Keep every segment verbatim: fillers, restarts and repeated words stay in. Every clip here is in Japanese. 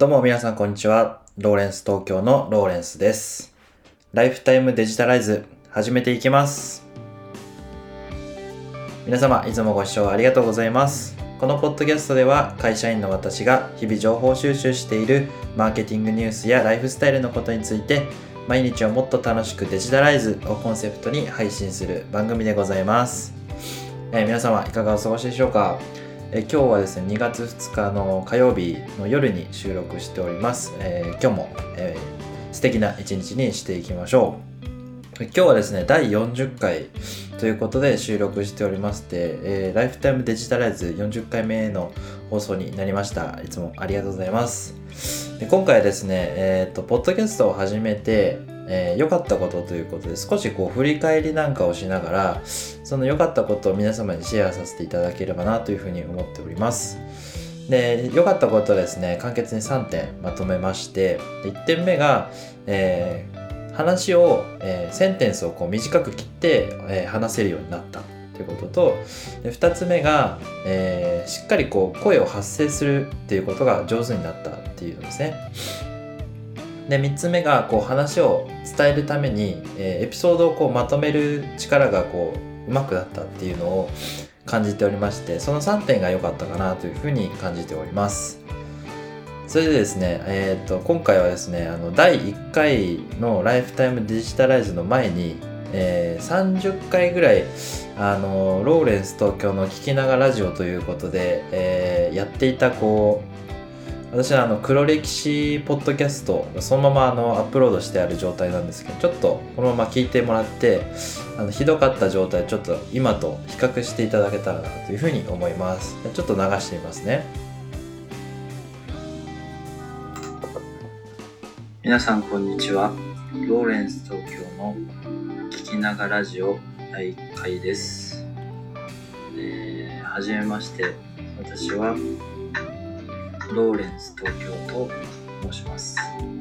どうも皆さんこんにちは。ローレンス東京のローレンスです。ライフタイムデジタライズ始めていきます。皆様いつもご視聴ありがとうございます。このポッドキャストでは会社員の私が日々情報収集しているマーケティングニュースやライフスタイルのことについて毎日をもっと楽しくデジタライズをコンセプトに配信する番組でございます。えー、皆様いかがお過ごしでしょうか。えー、今日はですねにがつふつかの火曜日の夜に収録しております。えー、今日も、えー、素敵な一日にしていきましょう。今日はですねだいよんじゅっかいということで収録しておりまして、えー、ライフタイムデジタライズよんじゅっかいめの放送になりました。いつもありがとうございます。で今回はですね、えーと、ポッドキャストを始めてえー、良かったことということで少しこう振り返りなんかをしながらその良かったことを皆様にシェアさせていただければなというふうに思っております。で良かったことはですね簡潔にさんてんまとめまして、いってんめが、えー、話を、えー、センテンスをこう短く切って、えー、話せるようになったということと、でふたつめが、えー、しっかりこう声を発声するっていうことが上手になったっていうのですね。でみっつめがこう話を伝えるために、えー、エピソードをこうまとめる力がこう上手くなったっていうのを感じておりまして、そのさんてんが良かったかなというふうに感じております。それでですね、えー、と今回はですねあのだいいっかいのライフタイムデジタライズの前に、えー、さんじゅっかいぐらいあのローレンス東京の聞きながらラジオということで、えー、やっていたこう私はあの黒歴史ポッドキャストそのままあのアップロードしてある状態なんですけど、ちょっとこのまま聞いてもらってあのひどかった状態ちょっと今と比較していただけたらなというふうに思います。ちょっと流してみますね。 皆さんこんにちは。ローレンス東京の聞きながらラジオだいいっかいです。えー、はじめまして。私はローレンス東京と申します。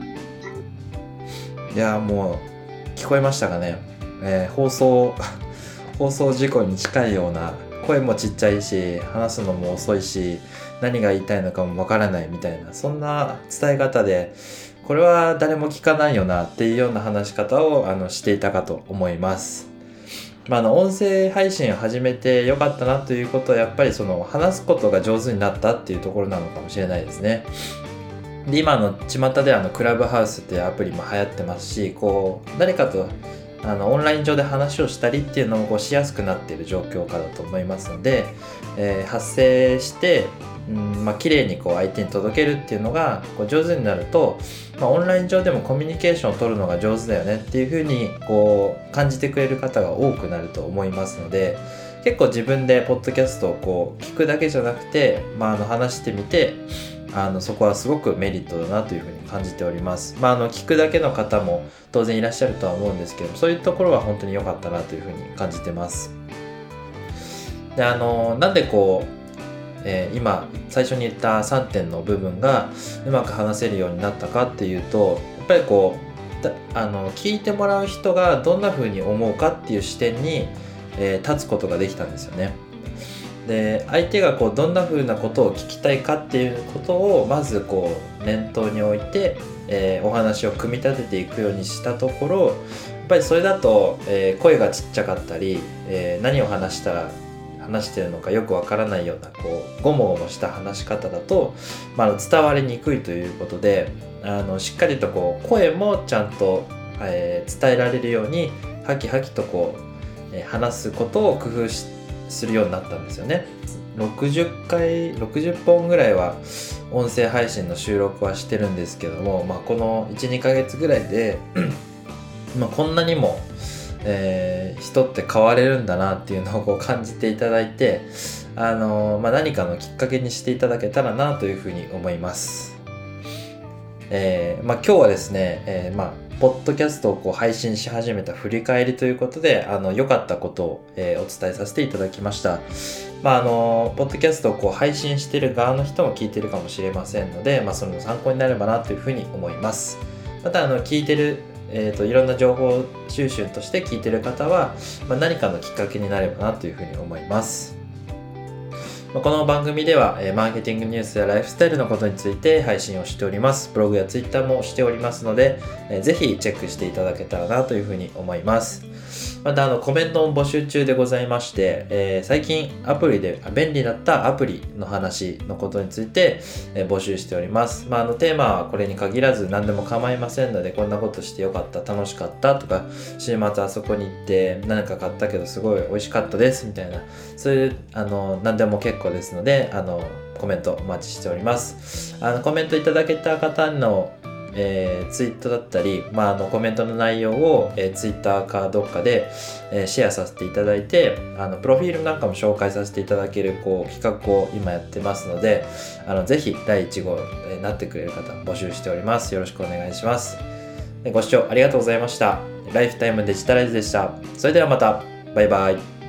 いやもう聞こえましたかね。えー、放送放送事故に近いような、声もちっちゃいし話すのも遅いし何が言いたいのかもわからないみたいな、そんな伝え方でこれは誰も聞かないよなっていうような話し方をあのしていたかと思います。まあ、あの音声配信を始めてよかったなということはやっぱりその話すことが上手になったっていうところなのかもしれないですね。で今の巷であのクラブハウスっていうアプリも流行ってますし、こう誰かとあのオンライン上で話をしたりっていうのもこうしやすくなっている状況下だと思いますので、えー、発声してうんまあ綺麗にこう相手に届けるっていうのがこう上手になると、まあ、オンライン上でもコミュニケーションを取るのが上手だよねっていう風にこう感じてくれる方が多くなると思いますので、結構自分でポッドキャストをこう聞くだけじゃなくて、まあ、あの話してみてあのそこはすごくメリットだなというふうに感じております。まあ、あの聞くだけの方も当然いらっしゃるとは思うんですけど、そういうところは本当に良かったなというふうに感じてます。であのなんでこうえー、今最初に言ったさんてんの部分がうまく話せるようになったかっていうと、やっぱりこうあの聞いてもらう人がどんな風に思うかっていう視点に、えー、立つことができたんですよね。で相手がこうどんな風なことを聞きたいかっていうことをまずこう念頭に置いて、えー、お話を組み立てていくようにしたところ、やっぱりそれだと、えー、声がちっちゃかったり、えー、何を話したら話してるのかよくわからないようなこうゴモゴモした話し方だと、まあ、伝わりにくいということで、あのしっかりとこう声もちゃんと、えー、伝えられるようにハキハキとこう、えー、話すことを工夫しするようになったんですよね。ろくじゅっかいろくじゅっぽんぐらいは音声配信の収録はしてるんですけども、まあ、この いちにかげつぐらいでまあこんなにもえー、人って変われるんだなっていうのをこう感じていただいて、あのーまあ、何かのきっかけにしていただけたらなというふうに思います。えーまあ、今日はですね、えーまあ、ポッドキャストをこう配信し始めた振り返りということで、あの良かったことを、えー、お伝えさせていただきました。まああのポッドキャストをこう配信している側の人も聞いているかもしれませんので、まあ、それの参考になればなというふうに思います。またあの聞いてるえーと、いろんな情報収集として聞いてる方は、まあ、何かのきっかけになればなというふうに思います。 まあ、この番組では、えー、マーケティングニュースやライフスタイルのことについて配信をしております。ブログやツイッターもしておりますので、えー、ぜひチェックしていただけたらなというふうに思います。またあのコメントも募集中でございまして、えー、最近アプリで便利だったアプリの話のことについて、えー、募集しております。まあ、あのテーマはこれに限らず何でも構いませんので、こんなことしてよかった、楽しかったとか、週末あそこに行って何か買ったけどすごい美味しかったですみたいな、そういうあの何でも結構ですので、あのコメントお待ちしております。あのコメントいただけた方のえー、ツイートだったり、まあ、あのコメントの内容を、えー、ツイッターかどっかで、えー、シェアさせていただいて、あのプロフィールなんかも紹介させていただけるこう企画を今やってますので、あのぜひだいいち号になってくれる方募集しております。よろしくお願いします。ご視聴ありがとうございました。ライフタイムデジタライズでした。それではまた。バイバイ。